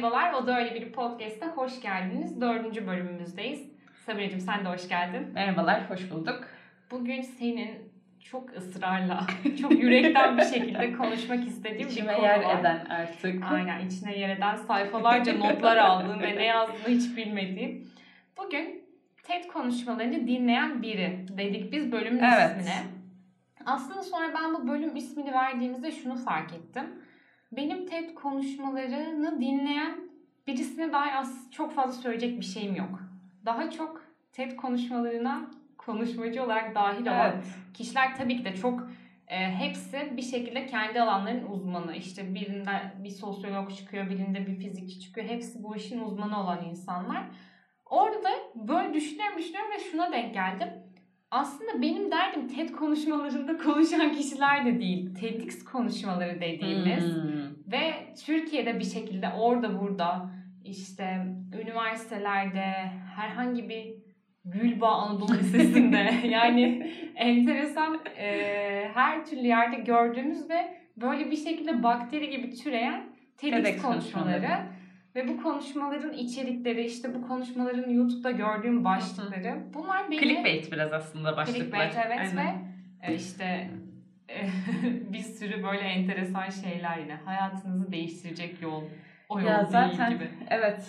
Merhabalar, O da Öyle Bir Podcast'a hoş geldiniz. 4. bölümümüzdeyiz. Samireciğim sen de hoş geldin. Merhabalar, hoş bulduk. Bugün senin çok ısrarla, çok yürekten bir şekilde konuşmak istediğim bir konu var. İçime yer eden artık. Aynen, içine yer eden sayfalarca notlar aldığım ve ne yazdığını hiç bilmediğim. Bugün TED konuşmalarını dinleyen biri dedik biz bölümün ismine. Aslında sonra ben bu bölüm ismini verdiğimizde şunu fark ettim. Benim TED konuşmalarını dinleyen birisine dair çok fazla söyleyecek bir şeyim yok. Daha çok TED konuşmalarına konuşmacı olarak dahil olan kişiler tabii ki de çok hepsi bir şekilde kendi alanlarının uzmanı. İşte birinde bir sosyolog çıkıyor, birinde bir fizikçi çıkıyor. Hepsi bu işin uzmanı olan insanlar. Orada da böyle düşünüyorum ve şuna denk geldim. Aslında benim derdim TED konuşmalarında konuşan kişiler de değil. TEDx konuşmaları dediğimiz ve Türkiye'de bir şekilde orada burada işte üniversitelerde herhangi bir Gülbağ Anadolu Lisesi'nde yani enteresan her türlü yerde gördüğümüz ve böyle bir şekilde bakteri gibi türeyen TEDx konuşmaları. Ve bu konuşmaların içerikleri, işte bu konuşmaların YouTube'da gördüğüm başlıkları, bunlar beni... Clickbait biraz aslında başlıklar. Clickbait evet. Aynen. Ve işte bir sürü böyle enteresan şeyler yine. Hayatınızı değiştirecek yol. O yol ya zaten, değil gibi. Evet.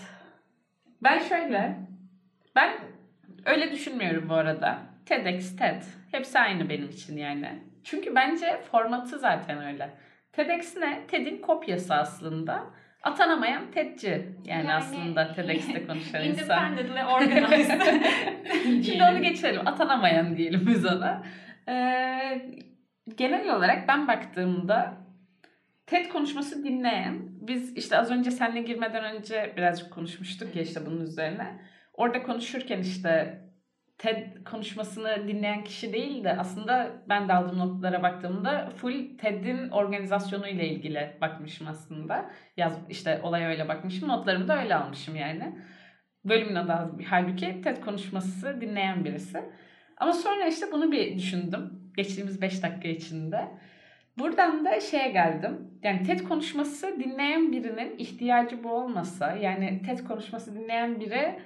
Ben öyle düşünmüyorum bu arada. TEDx, TED. Hepsi aynı benim için yani. Çünkü bence formatı zaten öyle. TEDx ne? TED'in kopyası aslında. Atanamayan TED'ci yani aslında TEDx'te konuşan insan. Independently organized. Şimdi onu geçelim. Atanamayan diyelim biz ona. Genel olarak ben baktığımda TED konuşması dinleyen, biz işte az önce seninle girmeden önce birazcık konuşmuştuk ya işte bunun üzerine. Orada konuşurken işte TED konuşmasını dinleyen kişi değil de aslında ben de aldığım notlara baktığımda full TED'in organizasyonu ile ilgili bakmışım aslında. İşte olaya öyle bakmışım, notlarımı da öyle almışım yani. Bölümün adı halbuki TED konuşması dinleyen birisi. Ama sonra işte bunu bir düşündüm geçtiğimiz 5 dakika içinde. Buradan da şeye geldim. Yani TED konuşması dinleyen birinin ihtiyacı bu olmasa, yani TED konuşması dinleyen biri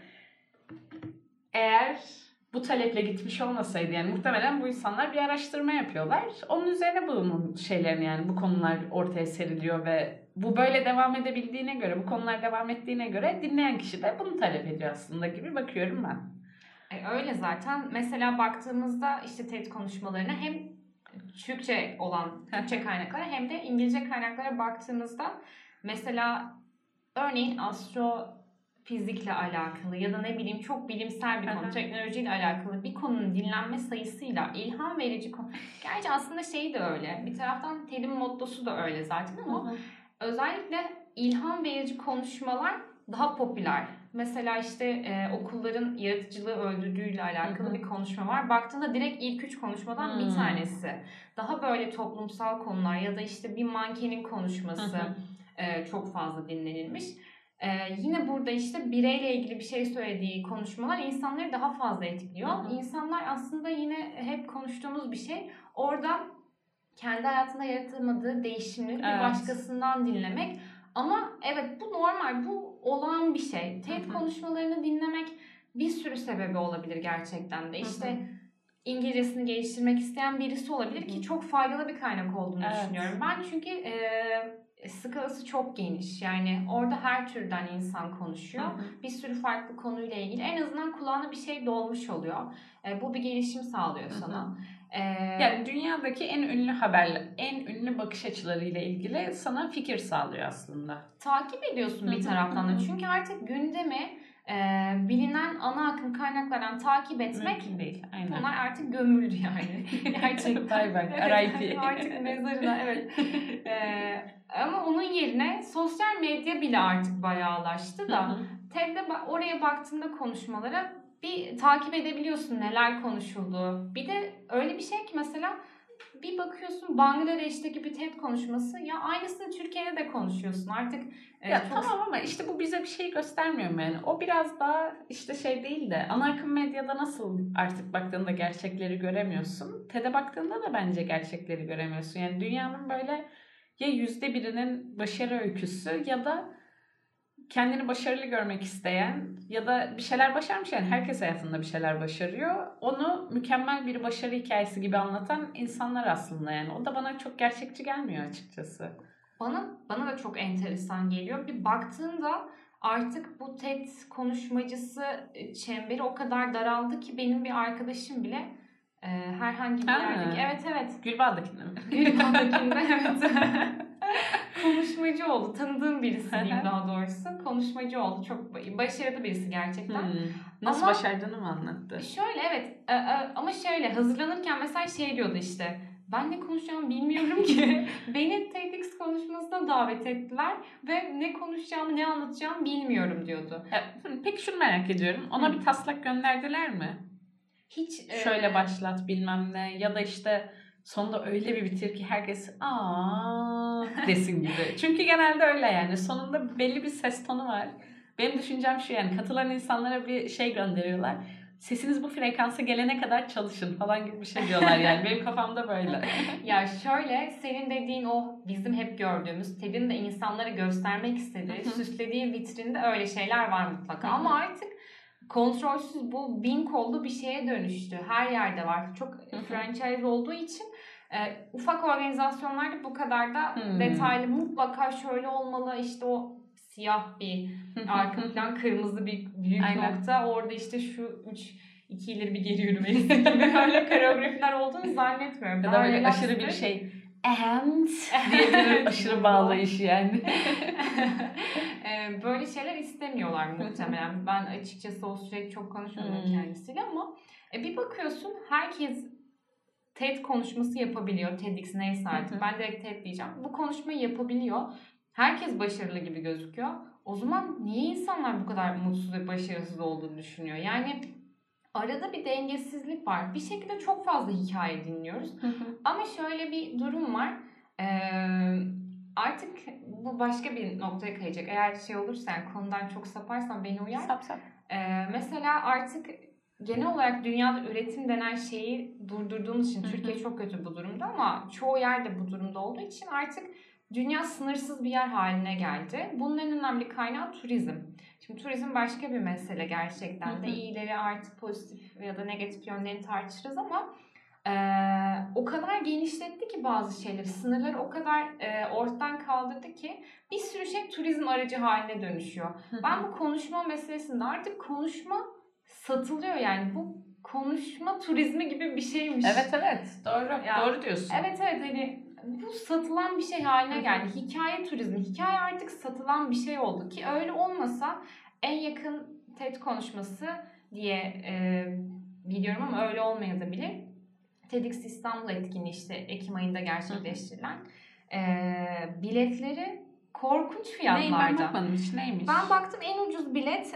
eğer bu taleple gitmiş olmasaydı yani muhtemelen bu insanlar bir araştırma yapıyorlar. Onun üzerine bunun şeylerini yani bu konular ortaya seriliyor ve bu böyle devam edebildiğine göre, bu konular devam ettiğine göre dinleyen kişi de bunu talep ediyor aslında gibi bakıyorum ben. Öyle zaten. Mesela baktığımızda işte TED konuşmalarına hem Türkçe kaynaklara hem de İngilizce kaynaklara baktığımızda mesela örneğin astrofizikle alakalı ya da ne bileyim çok bilimsel bir konu, teknolojiyle alakalı bir konunun dinlenme sayısıyla ilham verici konu. Gerçi aslında şey de öyle. Bir taraftan TED'in mottosu da öyle zaten ama özellikle ilham verici konuşmalar daha popüler. Mesela işte okulların yaratıcılığı öldürdüğüyle alakalı bir konuşma var. Baktığında direkt ilk 3 konuşmadan bir tanesi. Daha böyle toplumsal konular ya da işte bir mankenin konuşması çok fazla dinlenilmiş. Yine burada işte bireyle ilgili bir şey söylediği konuşmalar insanları daha fazla etkiliyor. İnsanlar aslında yine hep konuştuğumuz bir şey. Orada kendi hayatında yaratamadığı değişimleri bir başkasından dinlemek. Ama evet bu normal, bu olağan bir şey. TED konuşmalarını dinlemek bir sürü sebebi olabilir gerçekten de. İşte İngilizcesini geliştirmek isteyen birisi olabilir ki çok faydalı bir kaynak olduğunu düşünüyorum. Ben çünkü skalası çok geniş. Yani orada her türden insan konuşuyor. Bir sürü farklı konuyla ilgili. En azından kulağına bir şey dolmuş oluyor. Bu bir gelişim sağlıyor sana. Yani dünyadaki en ünlü haberler, en ünlü bakış açılarıyla ilgili sana fikir sağlıyor aslında. Takip ediyorsun bir taraftan da. Çünkü artık gündemi bilinen ana akım kaynaklardan takip etmek mümkün değil. Aynen. Bunlar artık gömüldü yani. Gerçekten. Bye bye. RIP. Artık mezarına evet. Ama onun yerine sosyal medya bile artık bayağılaştı da TED'de oraya baktığında konuşmalara bir takip edebiliyorsun neler konuşulduğu. Bir de öyle bir şey ki mesela bir bakıyorsun Bangladeş'teki bir TED konuşması ya aynısını Türkiye'de de konuşuyorsun artık. Ya tamam ama işte bu bize bir şey göstermiyor mu yani? O biraz daha işte şey değil de ana akım medyada nasıl artık baktığında gerçekleri göremiyorsun. TED'e baktığında da bence gerçekleri göremiyorsun. Yani dünyanın böyle ya %1'inin başarı öyküsü ya da kendini başarılı görmek isteyen ya da bir şeyler başarmış, yani herkes hayatında bir şeyler başarıyor. Onu mükemmel bir başarı hikayesi gibi anlatan insanlar aslında yani. O da bana çok gerçekçi gelmiyor açıkçası. Bana da çok enteresan geliyor. Bir baktığında artık bu TED konuşmacısı çemberi o kadar daraldı ki benim bir arkadaşım bile herhangi bir yerdeki... Evet. Gülbağ'dakinde mi? Gülbağ'dakinde evet. Konuşmacı oldu. Tanıdığım birisi diyeyim daha doğrusu. Konuşmacı oldu. Çok başarılı birisi gerçekten. Nasıl başardığını mı anlattı? Şöyle evet. Ama şöyle hazırlanırken mesela şey diyordu işte. Ben ne konuşacağımı bilmiyorum ki. Beni TEDx konuşmasına davet ettiler ve ne konuşacağımı, ne anlatacağımı bilmiyorum diyordu. Peki şunu merak ediyorum. Ona bir taslak gönderdiler mi? Hiç şöyle başlat bilmem ne ya da işte sonunda öyle bir bitir ki herkes aa desin gibi. Çünkü genelde öyle yani. Sonunda belli bir ses tonu var. Benim düşüncem şu, yani katılan insanlara bir şey gönderiyorlar. Sesiniz bu frekansa gelene kadar çalışın falan gibi bir şey diyorlar yani. Benim kafamda böyle. Ya şöyle, senin dediğin o bizim hep gördüğümüz, TED'in de insanlara göstermek istediği, süslediği vitrinde öyle şeyler var mutlaka. Ama artık kontrolsüz bu bin kollu bir şeye dönüştü. Her yerde var. Çok franchise olduğu için ufak organizasyonlarda bu kadar da detaylı mutlaka şöyle olmalı, işte o siyah bir arka plan, kırmızı bir büyük nokta, orada işte şu 2 ileri bir geri yürümelisin gibi böyle koreografiler olduğunu zannetmiyorum. Ya da böyle aşırı bir şey and diye bir aşırı bağlayış yani. Böyle şeyler istemiyorlar muhtemelen. Ben açıkçası o süreç çok konuşmuyorum kendisiyle ama bir bakıyorsun herkes TED konuşması yapabiliyor. TEDx neyse artık. Ben direkt TED diyeceğim. Bu konuşmayı yapabiliyor. Herkes başarılı gibi gözüküyor. O zaman niye insanlar bu kadar mutsuz ve başarısız olduğunu düşünüyor? Yani arada bir dengesizlik var. Bir şekilde çok fazla hikaye dinliyoruz. Ama şöyle bir durum var. Artık bu başka bir noktaya kayacak. Eğer şey olursa, yani konudan çok saparsan beni uyar. Sap. Mesela artık genel olarak dünyada üretim denen şeyi durdurduğumuz için Türkiye çok kötü bu durumda ama çoğu yerde bu durumda olduğu için artık dünya sınırsız bir yer haline geldi. Bunun en önemli kaynağı turizm. Şimdi turizm başka bir mesele gerçekten de. İyileri artı pozitif ya da negatif yönlerini tartışırız ama o kadar genişletti ki bazı şeyleri, sınırları o kadar ortadan kaldırdı ki bir sürü şey turizm aracı haline dönüşüyor. Ben bu konuşma meselesinde artık konuşma satılıyor, yani bu konuşma turizmi gibi bir şeymiş. Evet doğru. Yani, doğru diyorsun. Evet hani bu satılan bir şey haline geldi. Hikaye turizmi. Hikaye artık satılan bir şey oldu ki öyle olmasa en yakın TED konuşması diye biliyorum ama öyle olmayabilir. TEDx İstanbul etkinliği işte Ekim ayında gerçekleştirilen biletleri korkunç fiyatlarda. Ben bakmadım hiç, neymiş? Ben baktım, en ucuz bilet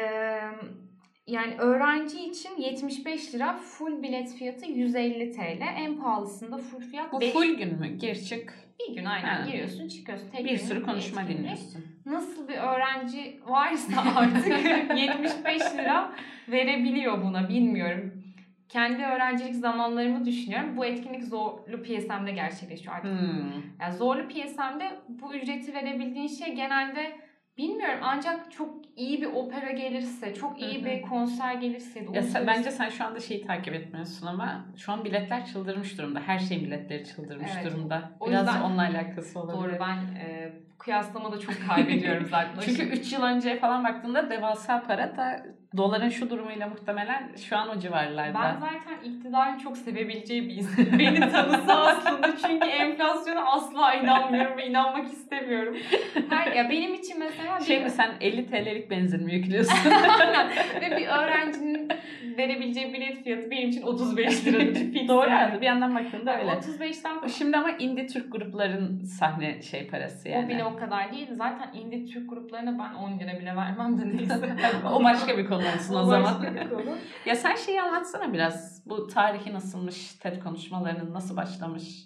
yani öğrenci için 75 lira, full bilet fiyatı 150 TL. En pahalısında full fiyat 5. Bu full gün mü? Gir çık. Bir gün aynen giriyorsun çıkıyorsun. Tek bir sürü konuşma dinliyorsun. Nasıl bir öğrenci varsa artık 75 lira verebiliyor buna, bilmiyorum. Kendi öğrencilik zamanlarımı düşünüyorum. Bu etkinlik Zorlu PSM'de gerçekleşiyor artık. Yani Zorlu PSM'de bu ücreti verebildiğin şey genelde bilmiyorum, ancak çok iyi bir opera gelirse, çok iyi bir konser gelirse. Bence sen şu anda şeyi takip etmiyorsun ama şu an biletler çıldırmış durumda. Her şeyin biletleri çıldırmış durumda. Biraz yüzden, onunla alakası olabilir. Doğru, ben kıyaslamada çok kaybediyorum zaten. Çünkü 3 yıl önceye falan baktığında devasa para da doların şu durumuyla muhtemelen şu an o civarlarda. Ben zaten iktidarın çok sevebileceği bir isim. Beni tanısa aslında, çünkü enflasyona asla inanmıyorum ve inanmak istemiyorum. Ya benim için mesela... mi, sen 50 TL'lik benzin mi yüklüyorsun? Ve bir öğrencinin verebileceği bilet fiyatı benim için 35 liradır. Doğru yani. Bir yandan baktığında öyle. 35'ten... Şimdi ama indie Türk grupların sahne parası yani. O bile o kadar değil. Zaten indie Türk gruplarına ben 10 lira bile vermem de neyse. O başka bir konu olsun o zaman. Başka bir konu. Ya sen şeyi anlatsana biraz. Bu tarihi nasılmış? TED konuşmalarının nasıl başlamış?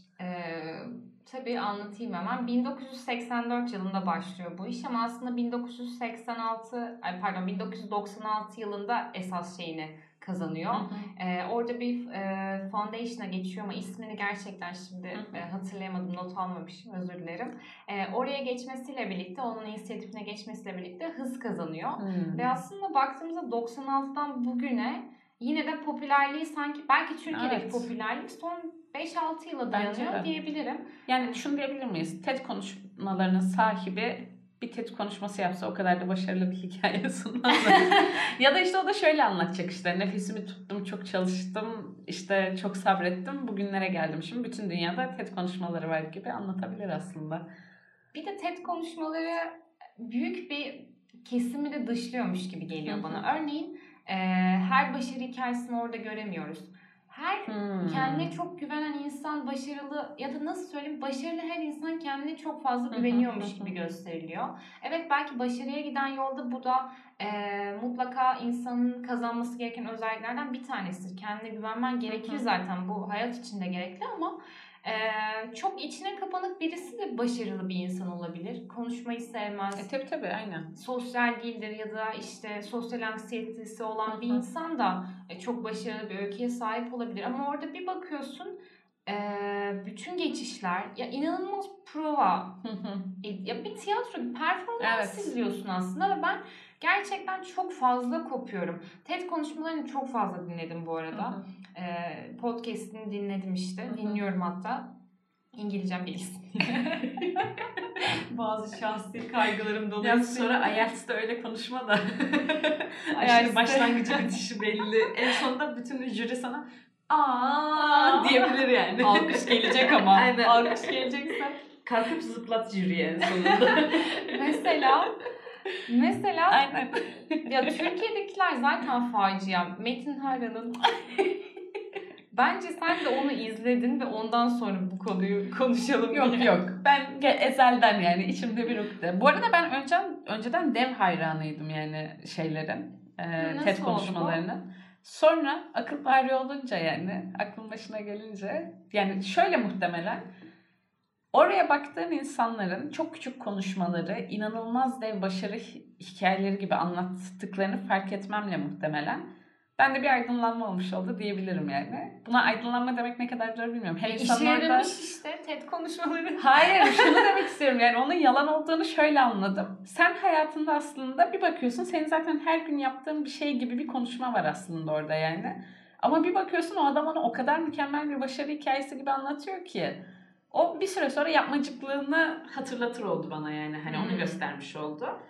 Tabii anlatayım hemen. 1984 yılında başlıyor bu iş ama aslında 1996 yılında esas şeyini kazanıyor. Orada bir foundation'a geçiyor ama ismini gerçekten şimdi hatırlayamadım, not almamışım, özür dilerim. Oraya geçmesiyle birlikte, onun inisiyatifine geçmesiyle birlikte hız kazanıyor. Ve aslında baktığımızda 96'dan bugüne yine de popülerliği sanki, belki Türkiye'deki popülerlik son 5-6 yıla dayanıyor diyebilirim. Yani şunu diyebilir miyiz? TED konuşmalarının sahibi bir TED konuşması yapsa o kadar da başarılı bir hikaye sunmaz. Ya da işte o da şöyle anlatacak işte: nefesimi tuttum, çok çalıştım, işte çok sabrettim, bugünlere geldim. Şimdi bütün dünyada TED konuşmaları var gibi anlatabilir aslında. Bir de TED konuşmaları büyük bir kesimi de dışlıyormuş gibi geliyor bana. Örneğin her başarı hikayesini orada göremiyoruz. Her kendine çok güvenen insan başarılı, ya da nasıl söyleyeyim, başarılı her insan kendine çok fazla güveniyormuş gibi gösteriliyor. Evet, belki başarıya giden yolda bu da mutlaka insanın kazanması gereken özelliklerden bir tanesidir. Kendine güvenmen gerekir zaten, bu hayat içinde gerekli, ama çok içine kapanık birisi de başarılı bir insan olabilir. Konuşmayı sevmez. Tabii aynen. Sosyal değildir ya da işte sosyal anksiyetesi olan bir insan da çok başarılı bir öyküye sahip olabilir. Ama orada bir bakıyorsun bütün geçişler, ya inanılmaz prova. Ya bir tiyatro, bir performans izliyorsun aslında ve ben gerçekten çok fazla kopuyorum. TED konuşmalarını çok fazla dinledim bu arada. Podcast'ini dinledim işte. Dinliyorum hatta. İngilizcem gelişsin. Bazı şahsi kaygılarım dolayısıyla. Sonra IELTS'te öyle konuşma da. IELTS'te başlangıcı bitişi belli. En sonunda bütün jüri sana diyebilir yani. Alkış gelecek ama. Aynen. Alkış gelecekse kalkıp zıplat jüriye en sonunda. Mesela aynen. Ya Türkiye'dekiler zaten facia. Metin Hara'nın bence sen de onu izledin ve ondan sonra bu konuyu konuşalım. Yok. Ben ezelden yani içimde bir ukde. Bu arada ben önceden dev hayranıydım yani şeylerin. TED konuşmalarının. Sonra akıl bari olunca, yani aklın başına gelince, yani şöyle muhtemelen oraya baktığın insanların çok küçük konuşmaları inanılmaz dev başarı hikayeleri gibi anlattıklarını fark etmemle muhtemelen bende bir aydınlanma olmuş oldu diyebilirim yani. Buna aydınlanma demek ne kadar doğru bilmiyorum. Her İşe yaramış işte TED konuşmaları. Hayır, şunu demek istiyorum, yani onun yalan olduğunu şöyle anladım. Sen hayatında aslında bir bakıyorsun, senin zaten her gün yaptığın bir şey gibi bir konuşma var aslında orada yani. Ama bir bakıyorsun o adam onu o kadar mükemmel bir başarı hikayesi gibi anlatıyor ki o bir süre sonra yapmacıklığını hatırlatır oldu bana yani. Hani onu göstermiş oldu.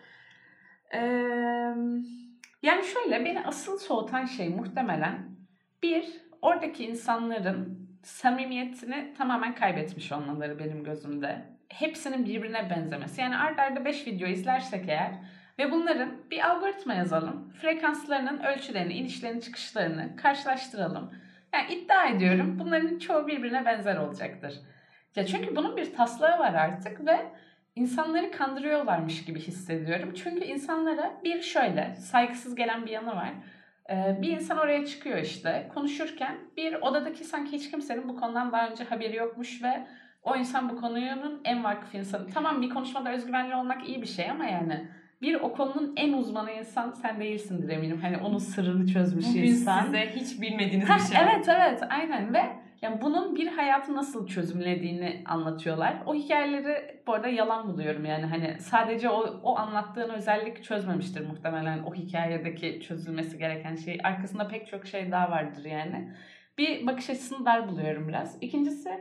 Yani şöyle, beni asıl soğutan şey muhtemelen oradaki insanların samimiyetini tamamen kaybetmiş olmaları benim gözümde. Hepsinin birbirine benzemesi. Yani art arda 5 video izlersek eğer ve bunların bir algoritma yazalım. Frekanslarının ölçülerini, inişlerini, çıkışlarını karşılaştıralım. Yani iddia ediyorum bunların çoğu birbirine benzer olacaktır. Ya çünkü bunun bir taslağı var artık ve insanları kandırıyorlarmış gibi hissediyorum. Çünkü insanlara şöyle saygısız gelen bir yanı var. Bir insan oraya çıkıyor işte konuşurken odadaki sanki hiç kimsenin bu konudan daha önce haberi yokmuş ve o insan bu konunun en vakıf insanı. Tamam, bir konuşmada özgüvenli olmak iyi bir şey ama yani o konunun en uzmanı insan sen değilsindir eminim. Hani onun sırrını çözmüş bugün insan. Bugün size hiç bilmediğiniz bir şey. Evet aynen ve yani bunun bir hayatı nasıl çözümlediğini anlatıyorlar. O hikayeleri bu arada yalan buluyorum yani hani sadece o anlattığın özellik çözmemiştir muhtemelen o hikayedeki çözülmesi gereken şey. Arkasında pek çok şey daha vardır yani. Bir bakış açısını dar buluyorum biraz. İkincisi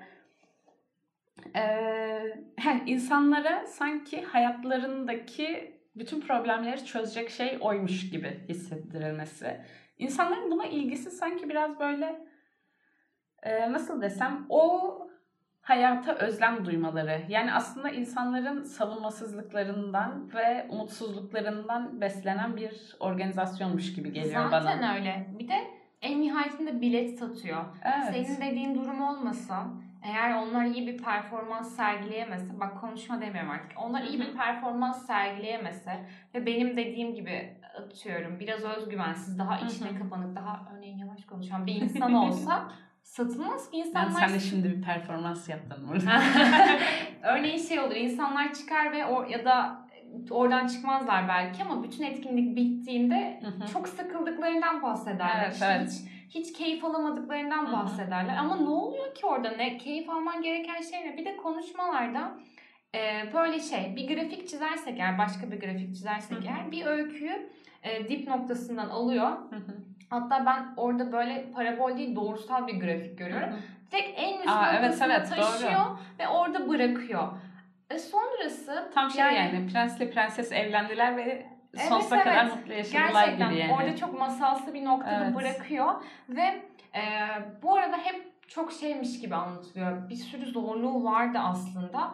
insanlara sanki hayatlarındaki bütün problemleri çözecek şey oymuş gibi hissettirilmesi. İnsanların buna ilgisi sanki biraz böyle nasıl desem o hayata özlem duymaları. Yani aslında insanların savunmasızlıklarından ve umutsuzluklarından beslenen bir organizasyonmuş gibi geliyor bana. Zaten öyle. Bir de en nihayetinde bilet satıyor. Evet. Senin dediğin durum olmasa, eğer onlar iyi bir performans sergileyemese, bak konuşma demiyorum artık, onlar iyi bir performans sergileyemese ve benim dediğim gibi atıyorum biraz özgüvensiz, daha içine kapanık, daha örneğin yavaş konuşan bir insan olsa satılmaz ki insanlar. Yani sen de şimdi bir performans yaptın burada. Örneğin olur, insanlar çıkar ve ya da oradan çıkmazlar belki ama bütün etkinlik bittiğinde Hı. çok sıkıldıklarından bahsederler. Evet, İşte evet. hiç keyif alamadıklarından bahsederler. Ama ne oluyor ki orada? Ne keyif alman gereken şey ne? Bir de konuşmalarda böyle bir grafik çizersek eğer, başka bir grafik çizersek eğer bir öyküyü dip noktasından alıyor. Hatta ben orada böyle parabol değil doğrusal bir grafik görüyorum. Direkt en üst noktasına taşıyor doğru. ve orada bırakıyor. Sonrası tam yani prensle prenses evlendiler ve sonsuza kadar mutlu yaşadılar gerçekten gibi yani. orada çok masalsı bir noktada bırakıyor ve bu arada hep çok şeymiş gibi anlatılıyor. Bir sürü zorluğu vardı aslında.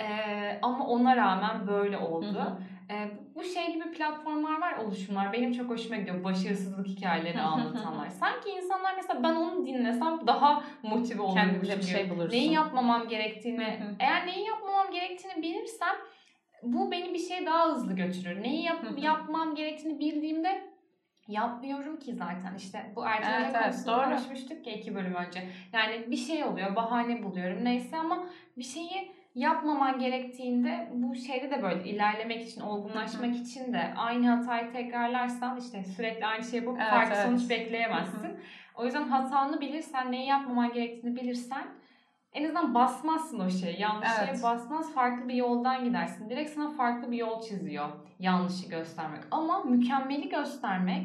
Ama ona rağmen böyle oldu. Bu gibi platformlar var, oluşumlar. Benim çok hoşuma gidiyor. Başarısızlık hikayelerini anlatanlar. Sanki insanlar mesela ben onu dinlesem daha motive olurum. Kendine bir şey bulursun. Neyi yapmamam gerektiğini, eğer neyi yapmamam gerektiğini bilirsem bu beni bir şeye daha hızlı götürür. Neyi yapmam gerektiğini bildiğimde yapmıyorum ki zaten. İşte bu erteleme konusunda konuşmuştuk ya 2 bölüm önce. Yani bir şey oluyor, bahane buluyorum neyse ama bir şeyi yapmaman gerektiğinde bu şeyde de böyle ilerlemek için, olgunlaşmak için de aynı hatayı tekrarlarsan işte sürekli aynı şeyi yapıp farklı sonuç bekleyemezsin. O yüzden hatanı bilirsen, neyi yapmaman gerektiğini bilirsen en azından basmazsın o şeyi. Yanlış şeye basmaz, farklı bir yoldan gidersin. Direkt sana farklı bir yol çiziyor yanlışı göstermek. Ama mükemmeli göstermek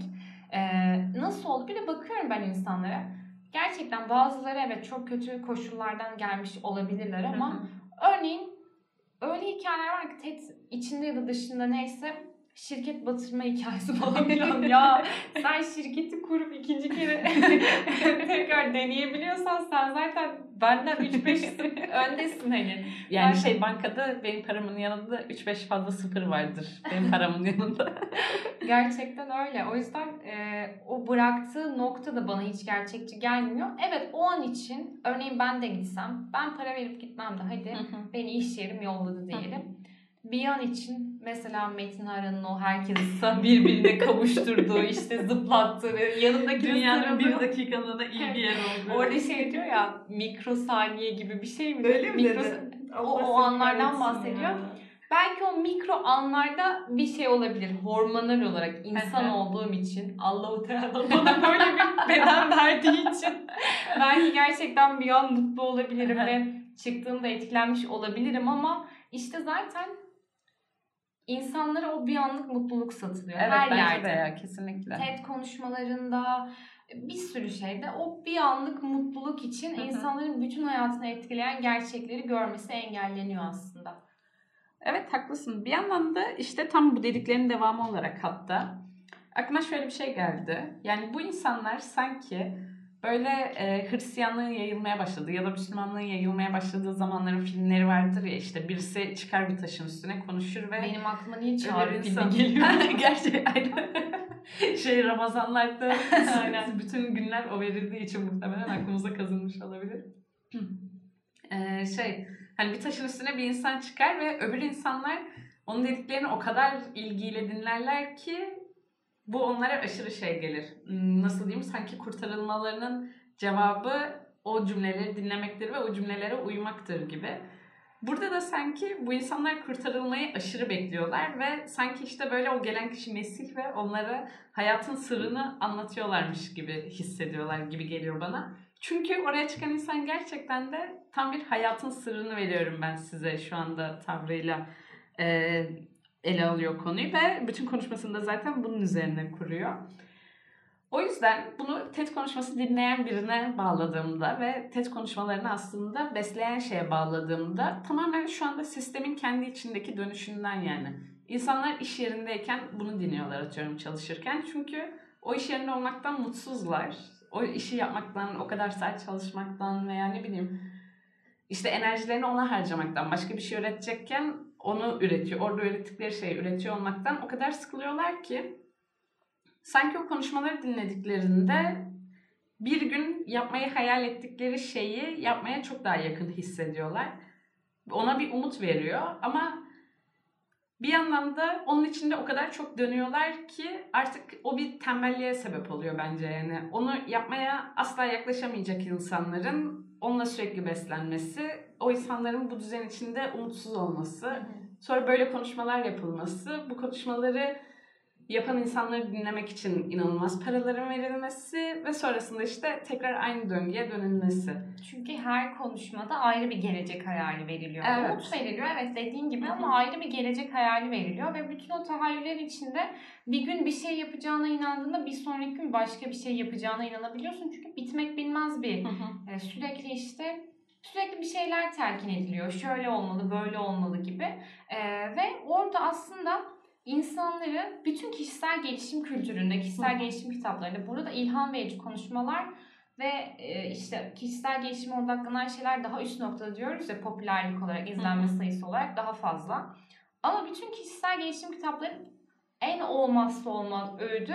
nasıl oldu? Bir de bakıyorum ben insanlara. Gerçekten bazıları evet çok kötü koşullardan gelmiş olabilirler ama örneğin öyle hikayeler var ki TED içinde ya da dışında neyse şirket batırma hikayesi falan filan. Ya sen şirketi kurup ikinci kere tekrar deneyebiliyorsan sen zaten benden 3-5 öndesin hani. Yani zaten bankada benim paramın yanında 3-5 fazla sıfır vardır benim paramın yanında. Gerçekten öyle. O yüzden o bıraktığı nokta da bana hiç gerçekçi gelmiyor. Evet o an için örneğin ben de gitsem ben para verip gitmem de hadi beni iş yerim yolladı diyelim. Bir an için mesela Metin Aran'ın o herkesi birbirine kavuşturduğu işte zıplattığı yanındaki dünyanın bir dakikalığına iyi bir yer oldu. Orada diyor ya mikrosaniye gibi bir şey mi? Öyle mi dedi? O anlardan bahsediyor. Ya. Belki o mikro anlarda bir şey olabilir. Hormonal olarak insan olduğum için Allah-u Teala bana böyle bir beden verdiği için belki gerçekten bir an mutlu olabilirim ve çıktığımda etkilenmiş olabilirim ama işte zaten insanlara o bir anlık mutluluk satılıyor. Evet, her bence yerde. De ya, kesinlikle. TED konuşmalarında bir sürü şeyde o bir anlık mutluluk için insanların bütün hayatını etkileyen gerçekleri görmesi engelleniyor aslında. Evet, haklısın. Bir yandan da işte tam bu dediklerinin devamı olarak hatta aklıma şöyle bir şey geldi. Yani bu insanlar sanki böyle Hristiyanlığın yayılmaya başladığı ya da Müslümanlığın yayılmaya başladığı zamanların filmleri vardır ya, işte birisi çıkar bir taşın üstüne konuşur ve benim aklıma niye Çağrı filmi geliyor? Gerçekten Ramazanlarda bütün günler o verildiği için muhtemelen aklımıza kazınmış olabilir. Hani bir taşın üstüne bir insan çıkar ve öbür insanlar onun dediklerini o kadar ilgiyle dinlerler ki bu onlara aşırı gelir. Nasıl diyeyim? Sanki kurtarılmalarının cevabı o cümleleri dinlemektir ve o cümlelere uymaktır gibi. Burada da sanki bu insanlar kurtarılmayı aşırı bekliyorlar ve sanki işte böyle o gelen kişi Mesih ve onlara hayatın sırrını anlatıyorlarmış gibi hissediyorlar gibi geliyor bana. Çünkü oraya çıkan insan gerçekten de tam bir hayatın sırrını veriyorum ben size şu anda tavrıyla ele alıyor konuyu ve bütün konuşmasında zaten bunun üzerine kuruyor. O yüzden bunu TED konuşması dinleyen birine bağladığımda ve TED konuşmalarını aslında besleyen şeye bağladığımda tamamen şu anda sistemin kendi içindeki dönüşünden yani. İnsanlar iş yerindeyken bunu dinliyorlar atıyorum çalışırken. Çünkü o iş yerinde olmaktan mutsuzlar. O işi yapmaktan, o kadar saat çalışmaktan veya ne bileyim işte enerjilerini ona harcamaktan, başka bir şey üretecekken onu üretiyor. Orada ürettikleri şeyi üretiyor olmaktan o kadar sıkılıyorlar ki sanki o konuşmaları dinlediklerinde bir gün yapmayı hayal ettikleri şeyi yapmaya çok daha yakın hissediyorlar. Ona bir umut veriyor ama bir yandan da onun içinde o kadar çok dönüyorlar ki artık o bir tembelliğe sebep oluyor bence yani. Onu yapmaya asla yaklaşamayacak insanların onunla sürekli beslenmesi, o insanların bu düzen içinde umutsuz olması Sonra böyle konuşmalar yapılması, bu konuşmaları yapan insanları dinlemek için inanılmaz paraların verilmesi ve sonrasında işte tekrar aynı döngüye dönülmesi. Çünkü her konuşmada ayrı bir gelecek hayali veriliyor. Evet. Umut veriliyor, evet, dediğin gibi, ama ayrı bir gelecek hayali veriliyor ve bütün o tahayyüller içinde bir gün bir şey yapacağına inandığında bir sonraki gün başka bir şey yapacağına inanabiliyorsun. Çünkü bitmek bilmez bir sürekli bir şeyler telkin ediliyor. Şöyle olmalı, böyle olmalı gibi. Ve orada aslında insanları bütün kişisel gelişim kültüründe, kişisel gelişim kitaplarında, burada ilham verici konuşmalar ve işte kişisel gelişime odaklanan şeyler daha üst noktada diyoruz ya, popülerlik olarak, izlenme sayısı olarak daha fazla. Ama bütün kişisel gelişim kitapları en olmazsa olmaz öğüdü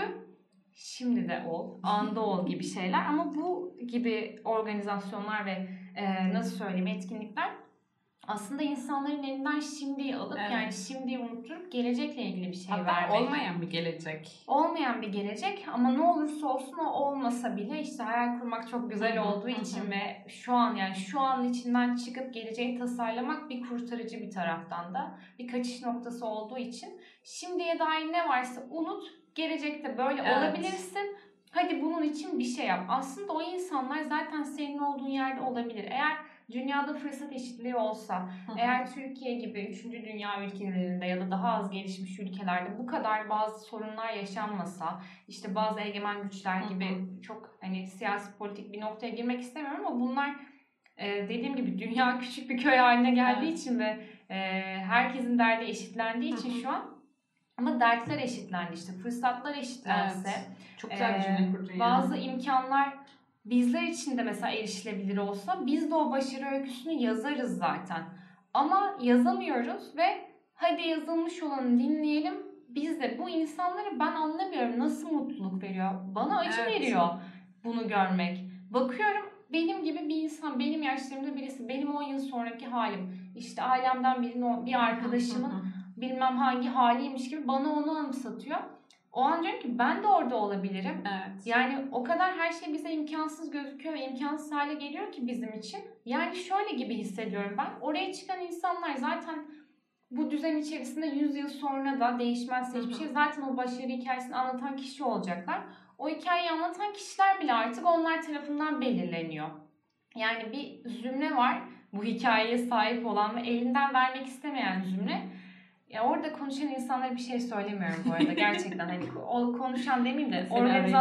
şimdi de ol, anda ol gibi şeyler. Ama bu gibi organizasyonlar ve nasıl söyleyeyim, etkinlikler aslında insanların elinden şimdiyi alıp yani şimdiyi unutturup gelecekle ilgili bir şey vermek. Hatta olmayan bir gelecek. Olmayan bir gelecek ama ne olursa olsun o olmasa bile işte hayal kurmak çok güzel olduğu için ve şu an içinden çıkıp geleceği tasarlamak bir kurtarıcı, bir taraftan da bir kaçış noktası olduğu için şimdiye dair ne varsa unut, gelecekte böyle olabilirsin. Hadi bunun için bir şey yap. Aslında o insanlar zaten senin olduğun yerde olabilir. Eğer dünyada fırsat eşitliği olsa, eğer Türkiye gibi 3. dünya ülkelerinde ya da daha az gelişmiş ülkelerde bu kadar bazı sorunlar yaşanmasa, işte bazı egemen güçler gibi çok hani siyasi politik bir noktaya girmek istemiyorum ama bunlar dediğim gibi dünya küçük bir köy haline geldiği için ve herkesin derdi eşitlendiği için şu an, ama dertler eşitlendi, işte fırsatlar eşitlense, çok güzel bir cümle kurdun bazı imkanlar bizler için de mesela erişilebilir olsa, biz de o başarı öyküsünü yazarız zaten. Ama yazamıyoruz ve hadi yazılmış olanı dinleyelim. Biz de bu insanları, ben anlamıyorum, nasıl mutluluk veriyor. Bana acı veriyor bunu görmek. Bakıyorum, benim gibi bir insan, benim yaşlarımda birisi, benim 10 yıl sonraki halim, işte ailemden birinin, bir arkadaşımın bilmem hangi haliymiş gibi bana onu anımsatıyor. O an diyorum ki ben de orada olabilirim. Yani o kadar her şey bize imkansız gözüküyor ve imkansız hale geliyor ki bizim için. Yani şöyle gibi hissediyorum ben. Oraya çıkan insanlar zaten bu düzen içerisinde 100 yıl sonra da değişmezse hiçbir şey, zaten o başarı hikayesini anlatan kişi olacaklar. O hikayeyi anlatan kişiler bile artık onlar tarafından belirleniyor. Yani bir zümre var bu hikayeye sahip olan ve elinden vermek istemeyen zümre. Ya orada konuşan insanlara bir şey söylemiyorum bu arada gerçekten, hani o konuşan demeyeyim de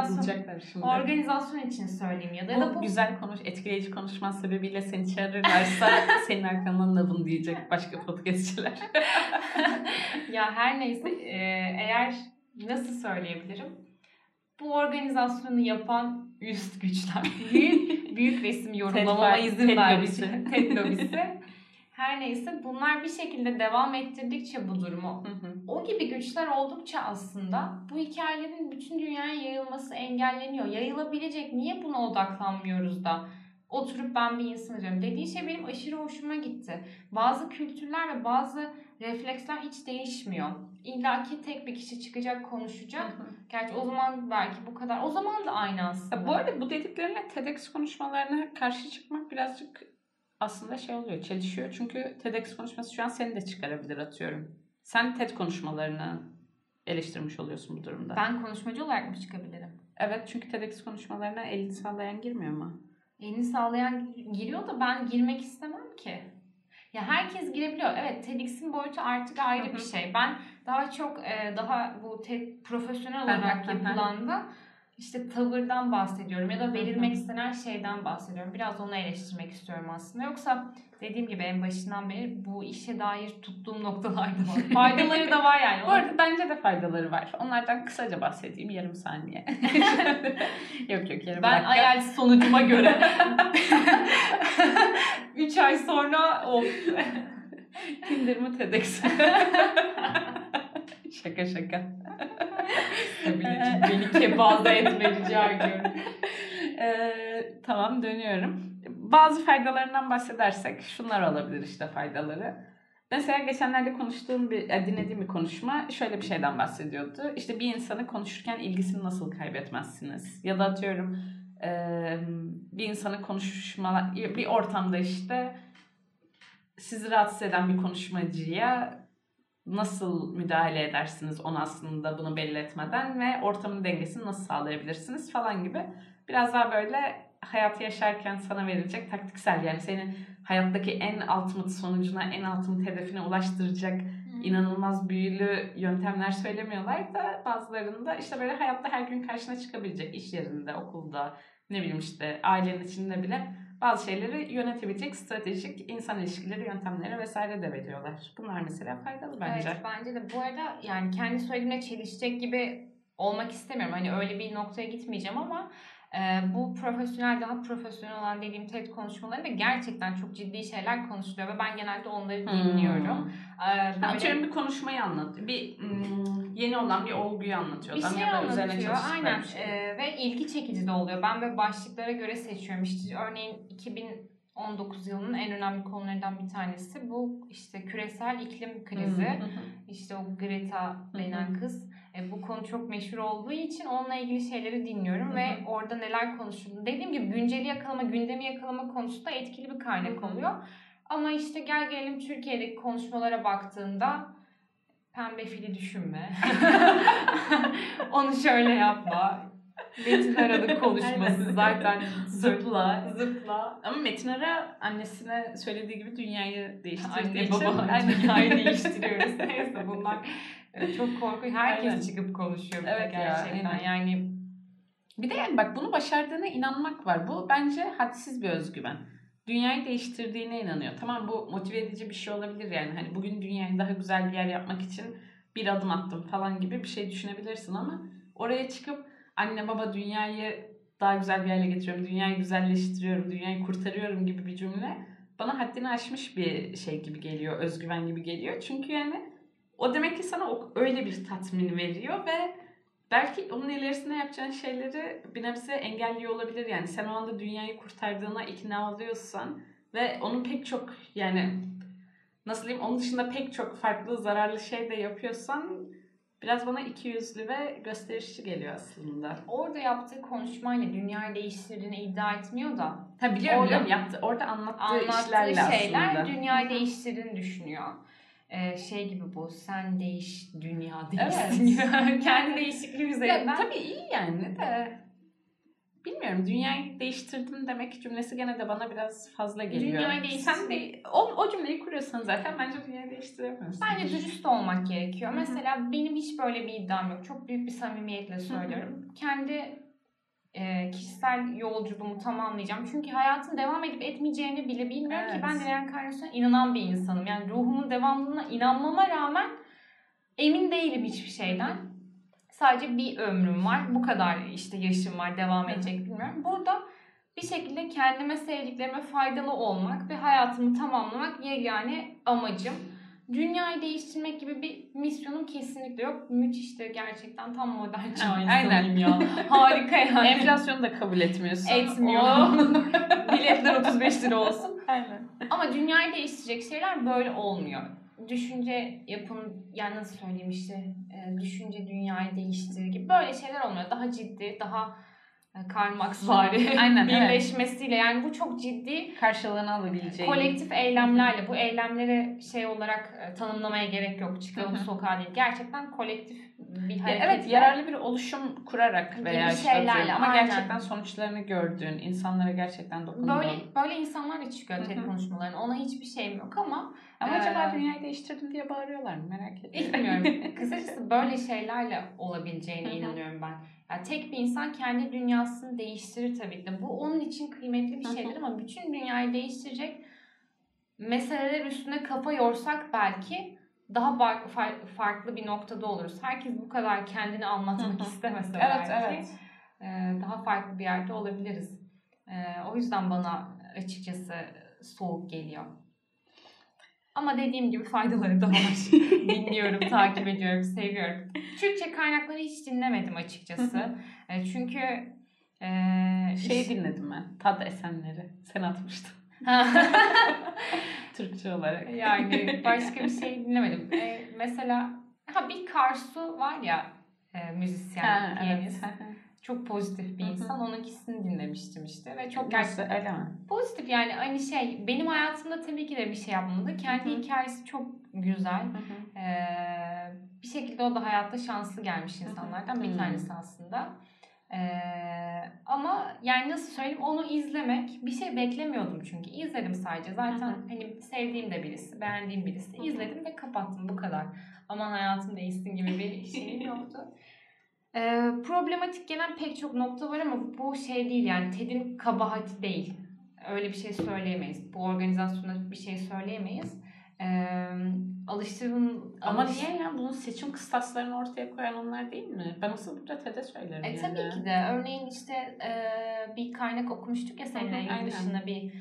organizasyon için söyleyeyim ya da bu güzel etkileyici konuşman sebebiyle seni çağırırlarsa senin arkandan da bunu diyecek başka podcastçiler. Ya her neyse, eğer nasıl söyleyebilirim, bu organizasyonu yapan üst güçler, büyük resim yorumlamama izin verdi. TED lobisi. Her neyse, bunlar bir şekilde devam ettirdikçe bu durumu, o gibi güçler oldukça aslında bu hikayelerin bütün dünyaya yayılması engelleniyor. Yayılabilecek, niye buna odaklanmıyoruz da oturup ben bir insan diyorum. Dediği şey benim aşırı hoşuma gitti. Bazı kültürler ve bazı refleksler hiç değişmiyor. İlla ki tek bir kişi çıkacak, konuşacak. Gerçi o zaman belki bu kadar. O zaman da aynı aslında. Bu arada bu dediklerine, TEDx konuşmalarına karşı çıkmak birazcık aslında oluyor, çelişiyor. Çünkü TEDx konuşması şu an seni de çıkarabilir, atıyorum. Sen TED konuşmalarını eleştirmiş oluyorsun bu durumda. Ben konuşmacı olarak mı çıkabilirim? Evet, çünkü TEDx konuşmalarına elini sallayan girmiyor mu? Elini sallayan giriyor da ben girmek istemem ki. Ya herkes girebiliyor. Evet, TEDx'in boyutu artık ayrı bir şey. Ben daha çok daha bu TED profesyonel olarak yapılan işte tavırdan bahsediyorum ya da verilmek istenen şeyden bahsediyorum. Biraz onu eleştirmek istiyorum aslında. Yoksa dediğim gibi en başından beri bu işe dair tuttuğum noktalar da var. Faydaları da var yani. Bu arada bence de faydaları var. Onlardan kısaca bahsedeyim, yarım saniye. yok yarım ben dakika. IELTS sonucuma göre 3 ay sonra Tinder mı TEDx? şaka. Beni kepaze etme rica ediyorum. Tamam, dönüyorum. Bazı faydalarından bahsedersek şunlar olabilir işte faydaları. Mesela geçenlerde dinlediğim bir konuşma şöyle bir şeyden bahsediyordu. İşte bir insanı konuşurken ilgisini nasıl kaybetmezsiniz? Ya da atıyorum bir insanı bir ortamda işte sizi rahatsız eden bir konuşmacıya nasıl müdahale edersiniz onu aslında bunu belli etmeden ve ortamın dengesini nasıl sağlayabilirsiniz falan gibi. Biraz daha böyle hayatı yaşarken sana verilecek taktiksel, yani senin hayattaki en ultimate sonucuna, en ultimate hedefine ulaştıracak inanılmaz büyülü yöntemler söylemiyorlar da bazılarında işte böyle hayatta her gün karşına çıkabilecek, iş yerinde, okulda, ne bileyim işte ailenin içinde bile bazı şeyleri yönetebilecek stratejik insan ilişkileri, yöntemleri vesaire de veriyorlar. Bunlar mesela faydalı bence. Evet, bence de. Bu arada yani kendi söylediğimle çelişecek gibi olmak istemiyorum. Hani öyle bir noktaya gitmeyeceğim ama bu daha profesyonel olan dediğim TED konuşmalarında gerçekten çok ciddi şeyler konuşuluyor ve ben genelde onları dinliyorum. Atıyorum bir konuşmayı anlat. Bir yeni olan bir olguyu anlatıyor. Bir şey ya da anlatıyor. Aynen. Şey. Ve ilgi çekici de oluyor. Ben böyle başlıklara göre seçiyorum. İşte örneğin 2019 yılının en önemli konularından bir tanesi bu işte küresel iklim krizi. İşte o Greta denen kız. Bu konu çok meşhur olduğu için onunla ilgili şeyleri dinliyorum ve orada neler konuşuldu. Dediğim gibi günceli yakalama, gündemi yakalama konusunda etkili bir kaynak oluyor. Ama işte gelelim Türkiye'deki konuşmalara baktığında pembe fili düşünme. Onu şöyle yapma. Metin Aralık konuşması zaten zıpla. Ama Metin Ara annesine söylediği gibi dünyayı değiştirdiği için. Anne baba dünyayı değiştiriyoruz. Neyse bunlar çok korkunç. Herkes çıkıp konuşuyor burada gerçekten. Yani bir de yani bak bunu başardığına inanmak var. Bu bence hadsiz bir özgüven. Dünyayı değiştirdiğine inanıyor. Tamam, bu motive edici bir şey olabilir yani. Hani bugün dünyayı daha güzel bir yer yapmak için bir adım attım falan gibi bir şey düşünebilirsin ama oraya çıkıp anne baba dünyayı daha güzel bir yerle getiriyorum, dünyayı güzelleştiriyorum, dünyayı kurtarıyorum gibi bir cümle bana haddini aşmış bir şey gibi geliyor, özgüven gibi geliyor. Çünkü yani o demek ki sana öyle bir tatmin veriyor ve belki onun ilerisinde yapacağın şeyleri bir nebze engelliyor olabilir. Yani sen o anda dünyayı kurtardığına ikna oluyorsan ve onun pek çok yani nasıl diyeyim, onun dışında pek çok farklı zararlı şey de yapıyorsan biraz bana ikiyüzlü ve gösterişçi geliyor aslında. Orada yaptığı konuşmayla dünyayı değiştirdiğini iddia etmiyor da. Ha biliyorum. Orada anlattığı işlerle şeyler aslında dünyayı değiştirdiğini düşünüyor. Şey gibi bu, sen değiş, dünya değişsin. Evet. Kendi değişikliği üzerinden. Ya, tabii iyi yani de. Bilmiyorum, dünyayı değiştirdim demek cümlesi gene de bana biraz fazla geliyor. Dünyayı Sen de o cümleyi kuruyorsan zaten bence dünyayı değiştiremiyorsun. Bence dürüst olmak gerekiyor. Mesela benim hiç böyle bir iddiam yok. Çok büyük bir samimiyetle söylüyorum. Kendi kişisel yolculuğumu tamamlayacağım. Çünkü hayatın devam edip etmeyeceğini bile bilmiyorum ki ben de reenkarnasyona inanan bir insanım. Yani ruhumun devamlılığına inanmama rağmen emin değilim hiçbir şeyden. Sadece bir ömrüm var. Bu kadar işte yaşım var. Devam edecek bilmiyorum. Burada bir şekilde kendime, sevdiklerime faydalı olmak ve hayatımı tamamlamak yegane amacım. Dünyayı değiştirmek gibi bir misyonum kesinlikle yok. Müthiş de gerçekten tam modern çağ insanıyım ya. Harika yani. Enflasyonu da kabul etmiyorsun. Etmiyorum. Biletler 35 lira olsun. Aynen. Ama dünyayı değiştirecek şeyler böyle olmuyor. Düşünce yapın, yani nasıl söyleyeyim işte, düşünce dünyayı değiştirir gibi böyle şeyler olmuyor. Daha ciddi, daha Karl Marx'vari birleşmesiyle yani bu çok ciddi karşılığını alabileceği kolektif eylemlerle, bu eylemleri şey olarak tanımlamaya gerek yok. Çıkalım sokağa değil. Gerçekten kolektif bir hareketle. Evet, yararlı bir oluşum kurarak veya şeylerle ama gerçekten sonuçlarını gördüğün, insanlara gerçekten dokunduğun. Böyle insanlar da çıkıyor TED konuşmalarına. Ona hiçbir şeyim yok ama acaba dünyayı değiştirdim diye bağırıyorlar mı? Merak ediyorum. Bilmiyorum. Kısacası böyle şeylerle olabileceğine inanıyorum ben. Yani tek bir insan kendi dünyasını değiştirir tabii ki de. Bu onun için kıymetli bir şeydir ama bütün dünyayı değiştirecek meseleler üstüne kafa yorsak belki daha farklı bir noktada oluruz. Herkes bu kadar kendini anlatmak istemese belki daha farklı bir yerde olabiliriz. O yüzden bana açıkçası soğuk geliyor. Ama dediğim gibi faydaları da var. Dinliyorum, takip ediyorum, seviyorum. Türkçe kaynakları hiç dinlemedim açıkçası. Çünkü dinledim ben. Tad Esenleri. Sen atmıştın. Türkçe olarak. Yani başka bir şey dinlemedim. Mesela bir Karsu var ya, müzisyen, piyanist. Çok pozitif bir insan. Onunkisini dinlemiştim işte ve çok Nasıl, öyle mi? pozitif yani hani benim hayatımda tabii ki de bir şey yapmadı. Kendi hikayesi çok güzel. Bir şekilde o da hayatta şanslı gelmiş insanlardan bir tanesi aslında. Ama yani nasıl söyleyeyim, onu izlemek, bir şey beklemiyordum çünkü izledim sadece. Zaten hani sevdiğim de birisi, beğendiğim birisi. İzledim ve kapattım, bu kadar. Aman hayatım değişsin gibi bir şeyim yoktu. Problematik gelen pek çok nokta var ama bu şey değil yani, TED'in kabahati değil. Öyle bir şey söyleyemeyiz. Bu organizasyona bir şey söyleyemeyiz. Ama niye ya? Bunun seçim kıstaslarını ortaya koyan onlar değil mi? Ben asıl burada TED'e söylerim yani. Tabii ki de. Örneğin işte bir kaynak okumuştuk ya seninle, yurt dışında bir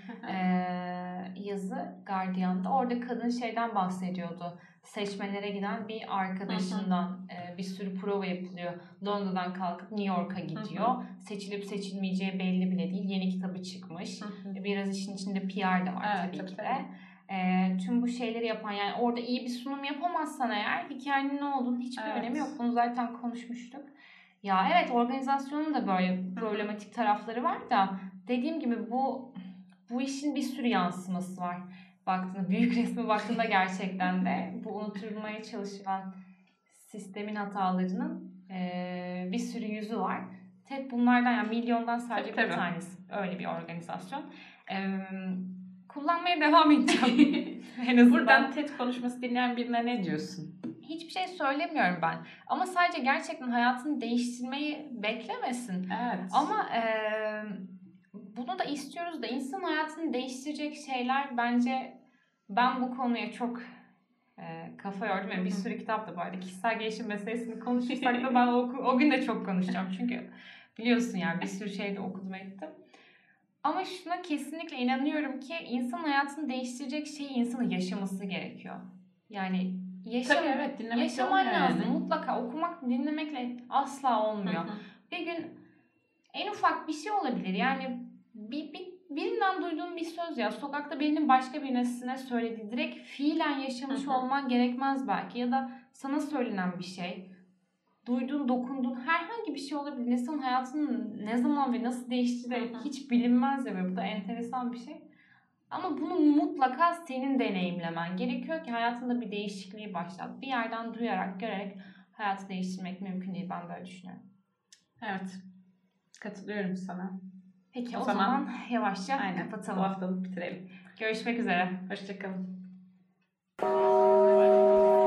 yazı Guardian'da. Orada kadın şeyden bahsediyordu. Seçmelere giden bir arkadaşından bir sürü prova yapılıyor. Londra'dan kalkıp New York'a gidiyor. Seçilip seçilmeyeceği belli bile değil. Yeni kitabı çıkmış. Biraz işin içinde PR da var tabii ki de. Tüm bu şeyleri yapan, yani orada iyi bir sunum yapamazsan eğer hikayenin ne olduğunu hiçbir önemi yok. Bunu zaten konuşmuştuk. Ya evet, organizasyonun da böyle problematik tarafları var da dediğim gibi bu işin bir sürü yansıması var. Baktığında, büyük resme baktığında gerçekten de bu unutulmaya çalışılan sistemin hatalarının bir sürü yüzü var. TED bunlardan, yani milyondan sadece bir tanesi. Öyle bir organizasyon. Kullanmaya devam edeceğim. En azından. Buradan TED konuşması dinleyen birine ne diyorsun? Hiçbir şey söylemiyorum ben. Ama sadece gerçekten hayatını değiştirmeyi beklemesin. Evet. Ama bunu da istiyoruz da, insan hayatını değiştirecek şeyler, bence ben bu konuya çok kafa yordum. Yani bir sürü kitap da bu arada. Kişisel gelişim meselesini konuşursak da ben o gün de çok konuşacağım. Çünkü biliyorsun yani bir sürü şey de okudum ettim. Ama şuna kesinlikle inanıyorum ki insan hayatını değiştirecek şeyi insanın yaşaması gerekiyor. Yani tabii evet, yaşaman lazım. Yani. Mutlaka okumak, dinlemekle asla olmuyor. Bir gün en ufak bir şey olabilir. Yani birinden duyduğun bir söz, ya sokakta birinin başka birisine söylediği, direkt fiilen yaşamış olman gerekmez belki. Ya da sana söylenen bir şey, duyduğun, dokunduğun herhangi bir şey olabilir. İnsanın hayatının ne zaman ve nasıl değiştiği de hiç bilinmez ya, ve bu da enteresan bir şey. Ama bunu mutlaka senin deneyimlemen gerekiyor ki hayatında bir değişikliği başlat. Bir yerden duyarak, görerek hayatı değiştirmek mümkün değil. Ben böyle düşünüyorum. Evet. Katılıyorum sana. Peki o zaman yavaşça kapatalım. Bu haftalık bitirelim. Görüşmek üzere. Hoşçakalın.